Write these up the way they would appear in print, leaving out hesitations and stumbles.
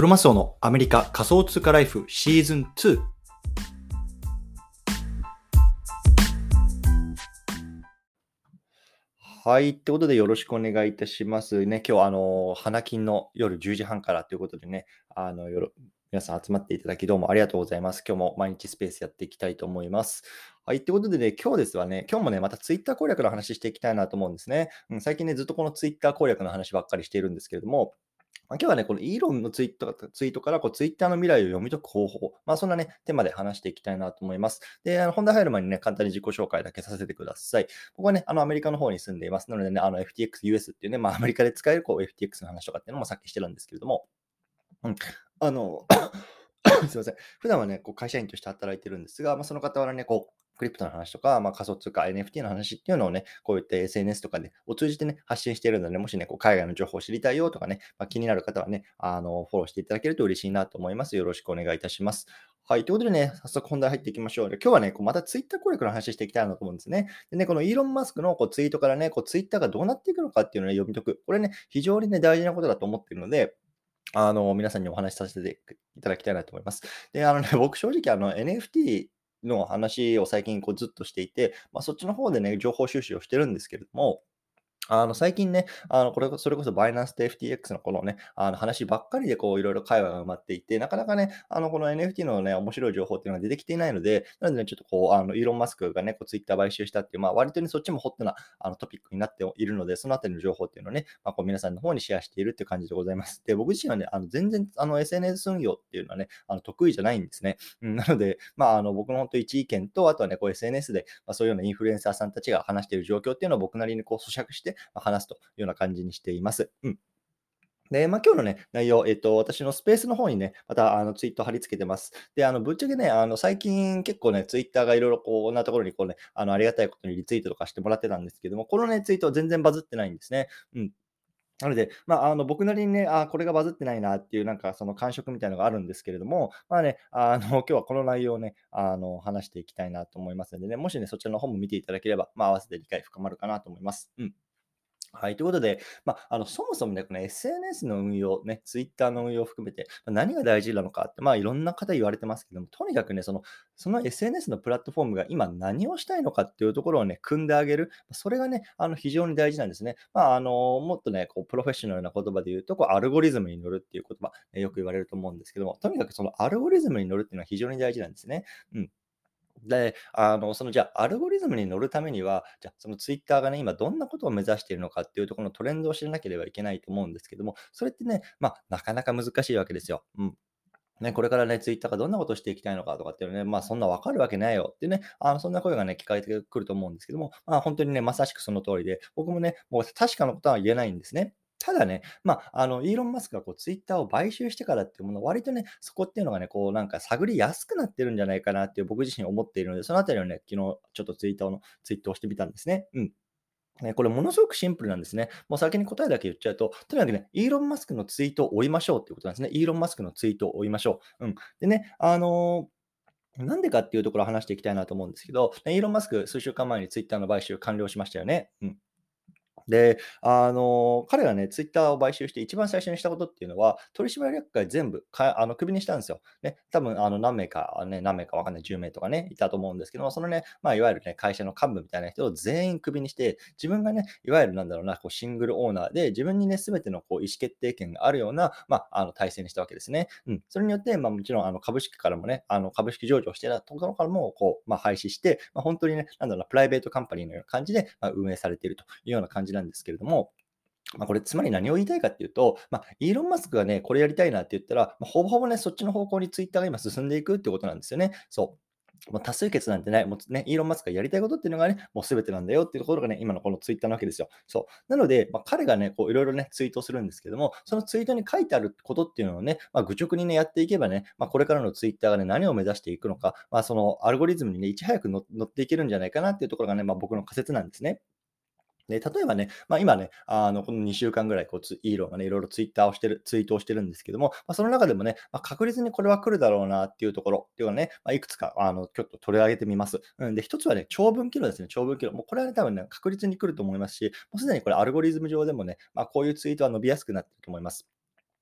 クロマスオのアメリカ仮想通貨ライフシーズン2。はい。ってことでよろしくお願いいたしますね。今日花金の夜10時半からということでね、皆さん集まっていただきどうもありがとうございます。今日も毎日スペースやっていきたいと思います。はい。ってことでね、今日もね、またツイッター攻略の話していきたいなと思うんですね。最近ね、ずっとこのツイッター攻略の話ばっかりしているんですけれども、今日はね、このイーロンのツイートからツイッターの未来を読み解く方法、そんなね、テーマで話していきたいなと思います。で、本題入る前にね、簡単に自己紹介だけさせてください。僕はね、アメリカの方に住んでいます。なのでね、FTX US っていうね、アメリカで使えるFTX の話とかっていうのもさっきしてるんですけれども、うん、あの、すいません。普段はね、会社員として働いてるんですが、その傍らね、クリプトの話とか、仮想通貨、NFT の話っていうのをね、こういった SNS とかで、を通じてね、発信しているので、もしね、海外の情報を知りたいよとかね、気になる方はね、フォローしていただけると嬉しいなと思います。よろしくお願いいたします。はい。ということでね、早速本題入っていきましょう。で今日はね、またツイッター攻略の話していきたいなと思うんですね。でね、このイーロン・マスクのツイートからね、ツイッターがどうなっていくのかっていうのをね、読み解く。これね、非常にね、大事なことだと思っているので、皆さんにお話しさせていただきたいなと思います。で、僕正直NFT の話を最近ずっとしていて、そっちの方でね、情報収集をしてるんですけれども、最近ね、それこそバイナンスと FTX のこのね、話ばっかりでいろいろ会話が埋まっていて、なかなかね、この NFT のね、面白い情報っていうのが出てきていないので、なのでね、ちょっとイーロン・マスクがね、ツイッター買収したっていう、割とね、そっちもホットな、トピックになっているので、そのあたりの情報っていうのをね、皆さんの方にシェアしているっていう感じでございます。で、僕自身はね、全然、SNS 運用っていうのはね、得意じゃないんですね。なので、僕の本当一意見と、あとはね、SNS で、そういうようなインフルエンサーさんたちが話している状況っていうのを僕なりに咀嚼して、話すというような感じにしています。で、今日のね、内容、私のスペースの方にね、また、ツイート貼り付けてます。で、ぶっちゃけね、最近結構ね、ツイッターがいろいろこんなところにありがたいことにリツイートとかしてもらってたんですけども、このね、ツイートは全然バズってないんですね。なので、僕なりにね、これがバズってないなっていう、なんかその感触みたいなのがあるんですけれども、今日はこの内容をね、話していきたいなと思いますのでね、もしね、そちらの方も見ていただければ、合わせて理解深まるかなと思います。はい。ということで、そもそもね、この SNS の運用、ね、Twitter の運用を含めて、何が大事なのかって、いろんな方言われてますけども、とにかくね、その SNS のプラットフォームが今何をしたいのかっていうところをね、組んであげる。それがね、非常に大事なんですね。もっとね、プロフェッショナルな言葉で言うと、アルゴリズムに乗るっていう言葉、よく言われると思うんですけども、とにかくそのアルゴリズムに乗るっていうのは非常に大事なんですね。うん。で、じゃあ、アルゴリズムに乗るためには、じゃあ、そのツイッターがね、今どんなことを目指しているのかっていうところのトレンドを知らなければいけないと思うんですけども、それってね、なかなか難しいわけですよ。ね、これからね、ツイッターがどんなことをしていきたいのかとかっていうのね、そんなわかるわけないよってね、そんな声がね、聞かれてくると思うんですけども、本当にね、まさしくその通りで、僕もね、もう確かなことは言えないんですね。ただね、イーロン・マスクがツイッターを買収してからっていうもの、割とね、そこっていうのがね、なんか探りやすくなってるんじゃないかなっていう僕自身思っているので、そのあたりをね、昨日ちょっとツイートをしてみたんですね。ね、これものすごくシンプルなんですね。もう先に答えだけ言っちゃうと、とにかくね、イーロン・マスクのツイートを追いましょうっていうことなんですね。イーロン・マスクのツイートを追いましょう。でね、なんでかっていうところを話していきたいなと思うんですけど、イーロン・マスク数週間前にツイッターの買収完了しましたよね。で、彼がね、ツイッターを買収して一番最初にしたことっていうのは、取締役会全部クビにしたんですよ。ね、多分何名かわかんない、10名とかね、いたと思うんですけども、そのね、いわゆるね、会社の幹部みたいな人を全員クビにして、自分がね、いわゆるなんだろうな、シングルオーナーで、自分にね、すべての意思決定権があるような、体制にしたわけですね。それによって、もちろん、株式からもね、株式上場してたところからも、廃止して、本当にね、なんだろうな、プライベートカンパニーのような感じで、運営されているというような感じなんですけれども、これつまり何を言いたいかっていうと、イーロン・マスクがね、これやりたいなって言ったら、ほぼほぼね、そっちの方向にツイッターが今進んでいくってことなんですよね。そう。もう多数決なんてない、もうね、イーロン・マスクがやりたいことっていうのがね、もう全てなんだよっていうところがね、今のこのツイッターなわけですよ。そう。なので、彼がね、いろいろね、ツイートするんですけども、そのツイートに書いてあることっていうのをね、愚直にね、やっていけばね、これからのツイッターがね、何を目指していくのか、そのアルゴリズムにね、いち早く乗っていけるんじゃないかなっていうところがね、僕の仮説なんですね。で、例えばね、今ね、この2週間ぐらい、イーロンがね、いろいろツイートをしてるんですけども、その中でもね、確実にこれは来るだろうなっていうところっていうのはね、いくつか、ちょっと取り上げてみます。で、一つはね、長文機能ですね、長文機能。もうこれはね、多分ね、確実に来ると思いますし、もうすでにこれアルゴリズム上でもね、こういうツイートは伸びやすくなってると思います。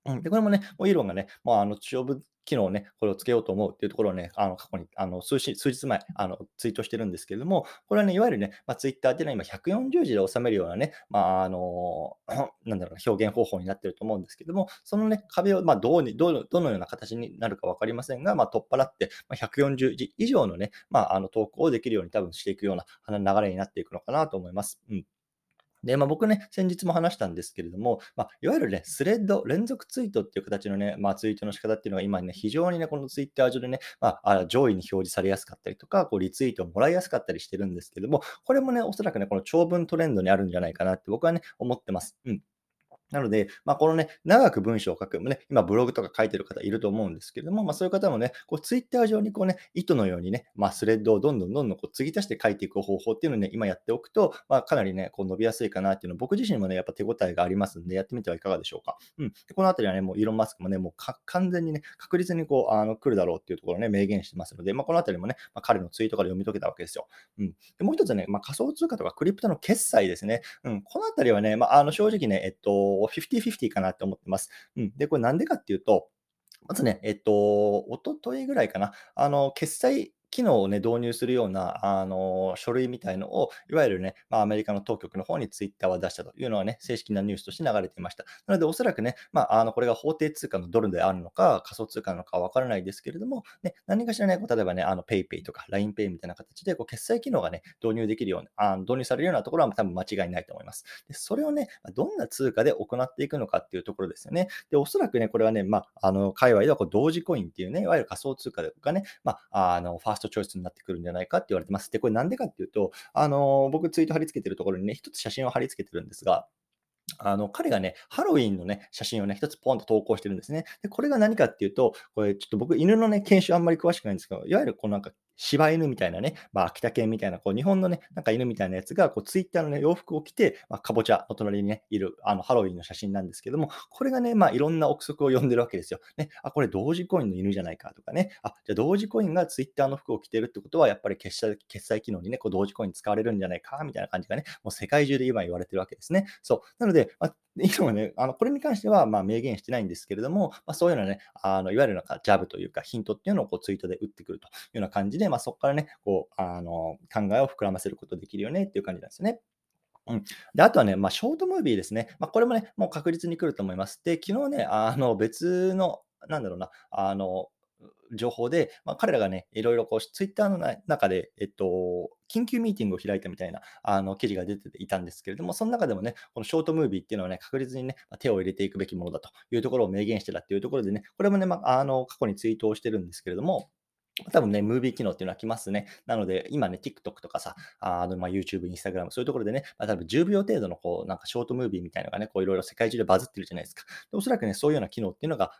うん、で、これもね、もうイーロンがね、もう長文機能をね、これをつけようと思うっていうところをね、過去に数日前、ツイートしてるんですけれども、これはね、いわゆるね、ツイッターっていうのは今140字で収めるようなね、なんだろうな、表現方法になってると思うんですけども、そのね、壁を、どのような形になるか分かりませんが、取っ払って、140字以上のね、投稿をできるように多分していくような流れになっていくのかなと思います。うん。で、僕ね、先日も話したんですけれども、いわゆるね、スレッド、連続ツイートっていう形のね、ツイートの仕方っていうのが今ね、非常にね、このツイッター上でね、上位に表示されやすかったりとか、こうリツイートをもらいやすかったりしてるんですけども、これもね、おそらくね、この長文トレンドにあるんじゃないかなって僕はね、思ってます。うん。なので、このね、長く文章を書く、ね、今ブログとか書いてる方いると思うんですけれども、そういう方もね、こうツイッター上にこうね、糸のようにね、スレッドをどんどんこう継ぎ足して書いていく方法っていうのをね、今やっておくと、かなりね、こう伸びやすいかなっていうのを僕自身もね、やっぱ手応えがありますんで、やってみてはいかがでしょうか。うん。でこのあたりはね、もうイーロン・マスクもね、もう完全にね、確実にこう、来るだろうっていうところをね、明言してますので、このあたりもね、彼のツイートから読み解けたわけですよ。うん。で、もう一つね、仮想通貨とかクリプトの決済ですね。うん、このあたりはね、正直ね、50-50かなって思ってます。うん。で、これなんでかっていうと、まずね、一昨日ぐらいかな、決済機能をね、導入するような、書類みたいのを、いわゆるね、アメリカの当局の方にツイッターは出したというのはね、正式なニュースとして流れていました。なので、おそらくね、これが法定通貨のドルであるのか、仮想通貨なのかわからないですけれども、ね、何かしらね、こう例えばね、ペイペイとか LINEPay みたいな形で、こう決済機能がね、導入できるような、導入されるようなところは多分間違いないと思います。で、それをね、どんな通貨で行っていくのかっていうところですよね。で、おそらくね、これはね、界隈ではこう同時コインっていうね、いわゆる仮想通貨がね、ファーストチョイスになってくるんじゃないかって言われてます。で、これなんでかっていうと、僕ツイート貼り付けてるところにね、一つ写真を貼り付けてるんですが、彼がね、ハロウィンのね、写真をね、一つポンと投稿してるんですね。で、これが何かっていうと、これちょっと僕、犬のね、犬種あんまり詳しくないんですけど、いわゆるこうなんか、柴犬みたいなね、秋田犬みたいな、こう日本のね、なんか犬みたいなやつが、こうツイッターのね、洋服を着て、かぼちゃの隣にね、いる、ハロウィンの写真なんですけども、これがね、いろんな憶測を呼んでるわけですよ。ね、これ同時コインの犬じゃないかとかね、じゃあ同時コインがツイッターの服を着てるってことは、やっぱり決済機能にね、こう同時コイン使われるんじゃないか、みたいな感じがね、もう世界中で今言われてるわけですね。そう。なので、今はね、これに関しては、明言してないんですけれども、そういうのはね、いわゆるなんかジャブというか、ヒントっていうのをこうツイートで打ってくるというような感じで、そこからね、こう、考えを膨らませることできるよねっていう感じなんですよね。うん。で、あとはね、ショートムービーですね。これもね、もう確実に来ると思います。で、昨日ね、別の、なんだろうな、情報で、彼らがね、いろいろこう、ツイッターの中で、緊急ミーティングを開いたみたいな、記事が出ていたんですけれども、その中でもね、このショートムービーっていうのはね、確実にね、手を入れていくべきものだというところを明言してたっていうところでね、これもね、過去にツイートをしてるんですけれども、多分ね、ムービー機能っていうのは来ますね。なので、今ね、TikTok とかさ、YouTube、Instagram、そういうところでね、多分10秒程度のこう、なんかショートムービーみたいなのがね、こういろいろ世界中でバズってるじゃないですか。でおそらくね、そういうような機能っていうのが、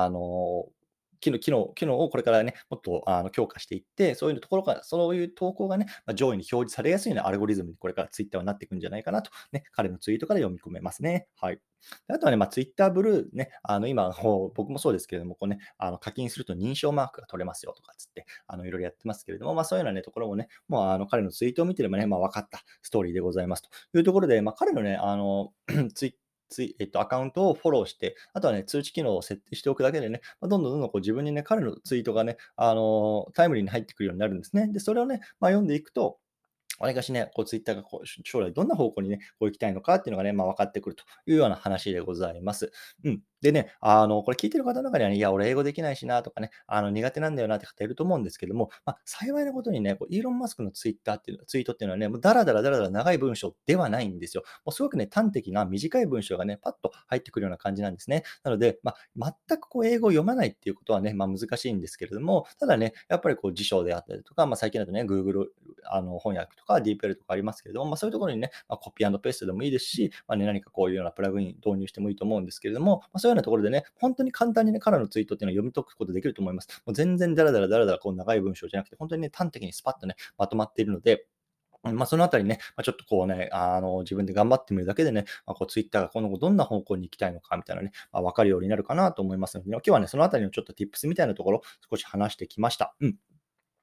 機能をこれからね、もっと強化していって、そういうところから、そういう投稿がね、上位に表示されやすいようなアルゴリズムにこれからツイッターはなっていくんじゃないかなと、ね、彼のツイートから読み込めますね。はい。であとはね、ツイッターブルーね、今、僕もそうですけれども、こうね、課金すると認証マークが取れますよとかつって、いろいろやってますけれども、そういうようなね、ところもね、もう彼のツイートを見てればね、分かったストーリーでございますというところで、彼のね、ツイツイえっと、アカウントをフォローして、あとはね、通知機能を設定しておくだけでね、どんどんこう自分にね、彼のツイートがね、タイムリーに入ってくるようになるんですね。で、それをね、読んでいくと、わりかしね、こうツイッターがこう将来どんな方向にね、こう行きたいのかっていうのがね、分かってくるというような話でございます。うん。でね、これ聞いてる方の中にはね、いや、俺英語できないしなとかね、苦手なんだよなって方いると思うんですけども、幸いなことにね、こうイーロン・マスクのツイートっていうのはね、もうだらだら長い文章ではないんですよ。もうすごくね、端的な短い文章がね、パッと入ってくるような感じなんですね。なので、全くこう英語を読まないっていうことはね、難しいんですけれども、ただね、やっぱりこう辞書であったりとか、最近だとね、Google 翻訳とか DeepL とかありますけれども、そういうところにね、コピーペーストでもいいですし、何かこういうようなプラグイン導入してもいいと思うんですけれども、そういうようなところでね、本当に簡単にね、彼のツイートっていうのを読み解くことできると思います。もう全然だらだらこう長い文章じゃなくて、本当にね、端的にスパッとね、まとまっているので、そのあたりね、ちょっとこうね、自分で頑張ってみるだけでね、こうツイッターが今後どんな方向に行きたいのかみたいなね、分かるようになるかなと思いますので、今日はね、そのあたりのちょっと Tips みたいなところ、少し話してきました。うん。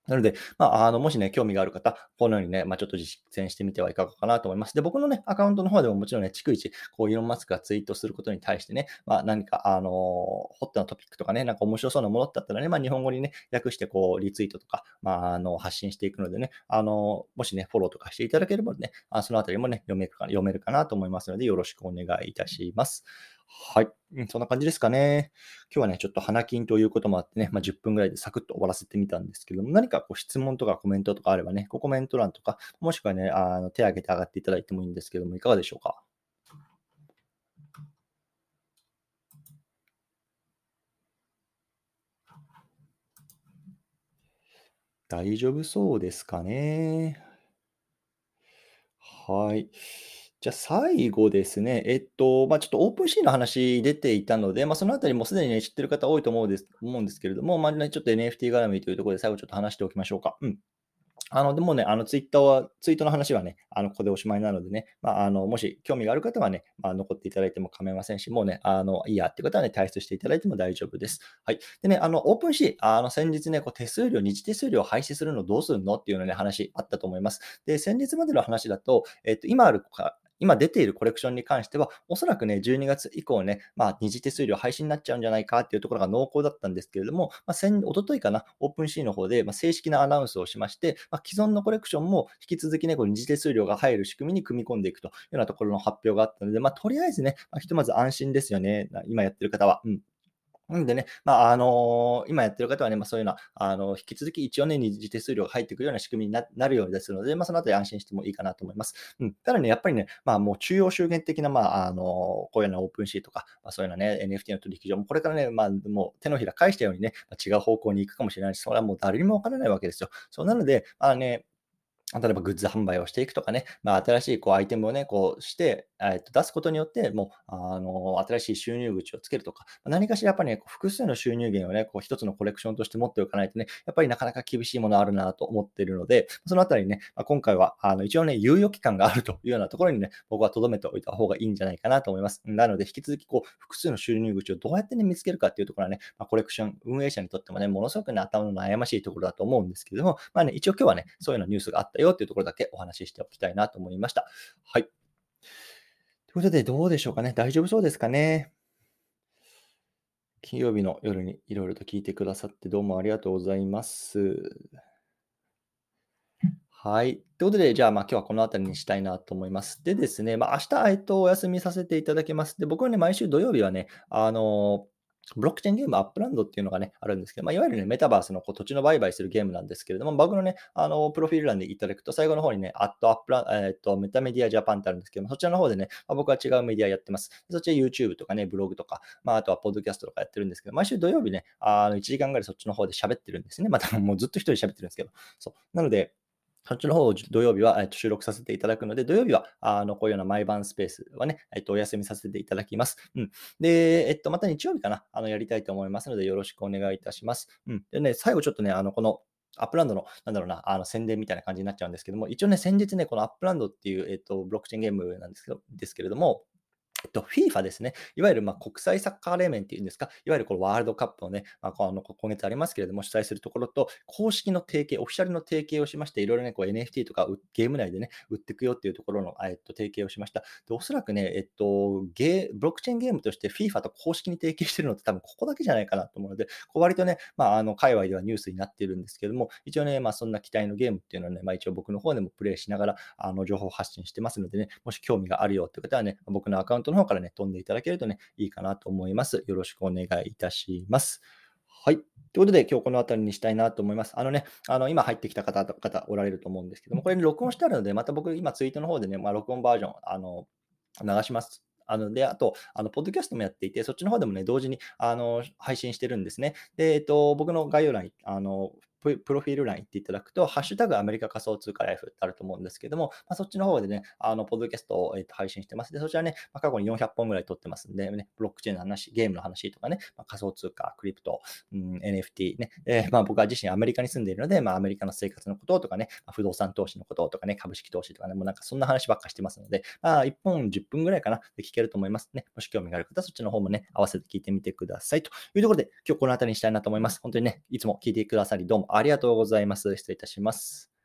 なので、もしね、興味がある方、このようにね、ちょっと実践してみてはいかがかなと思います。で、僕のね、アカウントの方でももちろんね、逐一、イーロン・マスクがツイートすることに対してね、何か、ホットなトピックとかね、なんか面白そうなものだったらね、日本語にね、訳してリツイートとか、発信していくのでね、もしね、フォローとかしていただければね、そのあたりもね、読めるかなと思いますので、よろしくお願いいたします。はい。そんな感じですかね。今日はね、ちょっと花金ということもあってね、10分ぐらいでサクッと終わらせてみたんですけども、何か質問とかコメントとかあればね、コメント欄とか、もしくはね、手挙げて上がっていただいてもいいんですけども、いかがでしょうか？大丈夫そうですかね。はい。じゃあ最後ですね、ちょっとオープンシーの話出ていたので、そのあたりもすでにね、知ってる方多いと思うんですけれども、ちょっと NFT 絡みというところで最後ちょっと話しておきましょうか。うん。でもね、ツイートの話はね、ここでおしまいなのでね、もし興味がある方はね、残っていただいても構いませんし、もうね、いいやっていう方はね、退出していただいても大丈夫です。はい。でね、オープンシー、先日ね、二次手数料を廃止するのどうするのっていうのね、話あったと思います。で、先日までの話だと、今出ているコレクションに関しては、おそらくね、12月以降ね、二次手数料廃止になっちゃうんじゃないかっていうところが濃厚だったんですけれども、一昨日かな、オープンシーの方で、正式なアナウンスをしまして、既存のコレクションも引き続きね、二次手数料が入る仕組みに組み込んでいくというようなところの発表があったので、とりあえずね、ひとまず安心ですよね、今やってる方は。うん。なんでね、今やってる方はね、そういうのは、引き続き一応ね、二次手数料が入ってくるような仕組みになるようですので、そのあたり安心してもいいかなと思います。うん。ただね、やっぱりね、もう中央集権的な、こういうようなオープンシーとか、そういうようなね、NFT の取引所もこれからね、もう手のひら返したようにね、違う方向に行くかもしれないし、それはもう誰にもわからないわけですよ。そうなので、例えばグッズ販売をしていくとかね、新しいアイテムをね、して、出すことによって、もう、新しい収入口をつけるとか、何かしらやっぱりね、複数の収入源をね、一つのコレクションとして持っておかないとね、やっぱりなかなか厳しいものあるなと思っているので、そのあたりね、今回は、一応ね、猶予期間があるというようなところにね、僕は留めておいた方がいいんじゃないかなと思います。なので、引き続き、複数の収入口をどうやってね、見つけるかっていうところはね、コレクション運営者にとってもね、ものすごくね、頭の悩ましいところだと思うんですけれども、一応今日はね、そういうようなニュースがあったよっていうところだけお話ししておきたいなと思いました。はい。ということで、どうでしょうかね。大丈夫そうですかね。金曜日の夜にいろいろと聞いてくださってどうもありがとうございます。はい。ということで、じゃあ、今日はこの辺りにしたいなと思います。でですね、明日、お休みさせていただきます。で、僕はね、毎週土曜日はね、ブロックチェーンゲームアップランドっていうのがね、あるんですけど、いわゆるね、メタバースの土地の売買するゲームなんですけれども、僕のね、プロフィール欄でいただくと、最後の方にね、アットアップラ、メタメディアジャパンってあるんですけども、そちらの方でね、僕は違うメディアやってます。そっちは YouTube とかね、ブログとか、あとはポッドキャストとかやってるんですけど、毎週土曜日ね、1時間ぐらいそっちの方で喋ってるんですね。多分もうずっと一人で喋ってるんですけど、そう。なので、そっちの方を土曜日は、収録させていただくので、土曜日は、こういうような毎晩スペースはね、お休みさせていただきます。うん。で、また日曜日かな、やりたいと思いますので、よろしくお願いいたします。うん。でね、最後ちょっとね、この、アップランドの、なんだろうな、宣伝みたいな感じになっちゃうんですけども、一応ね、先日ね、このアップランドっていう、ブロックチェーンゲームなんですけれども、FIFA ですね。いわゆる、国際サッカー連盟っていうんですか、いわゆるこのワールドカップをね、今月ありますけれども、主催するところと、公式の提携、オフィシャルの提携をしまして、いろいろね、NFT とかゲーム内でね、売っていくよっていうところの、提携をしました。で、おそらくね、ブロックチェーンゲームとして FIFA と公式に提携してるのって多分ここだけじゃないかなと思うので、割とね、界隈ではニュースになっているんですけれども、一応ね、そんな期待のゲームっていうのはね、一応僕の方でもプレイしながら、情報発信してますのでね、もし興味があるよっていう方はね、僕のアカウントの方からね、飛んでいただけるとね、いいかなと思います。よろしくお願いいたします。はい。ということで、今日この辺りにしたいなと思います。今入ってきた方おられると思うんですけども、これ録音してあるので、また僕、今ツイートの方でね、録音バージョン、流します。で、あと、ポッドキャストもやっていて、そっちの方でもね、同時に、配信してるんですね。で、僕の概要欄、プロフィール欄行っていただくと、ハッシュタグアメリカ仮想通貨ライフってあると思うんですけども、そっちの方でね、ポッドキャストを、配信してます。で、そちらね、過去に400本ぐらい撮ってますんで、ね、ブロックチェーンの話、ゲームの話とかね、仮想通貨、クリプト、NFT ね、僕は自身アメリカに住んでいるので、アメリカの生活のこととかね、不動産投資のこととかね、株式投資とかね、もうなんかそんな話ばっかしてますので、1本10分ぐらいかな、で聞けると思いますね。もし興味がある方は、そっちの方もね、合わせて聞いてみてください。というところで、今日この辺りにしたいなと思います。本当にね、いつも聞いてくださり、どうもありがとうございます。失礼いたします。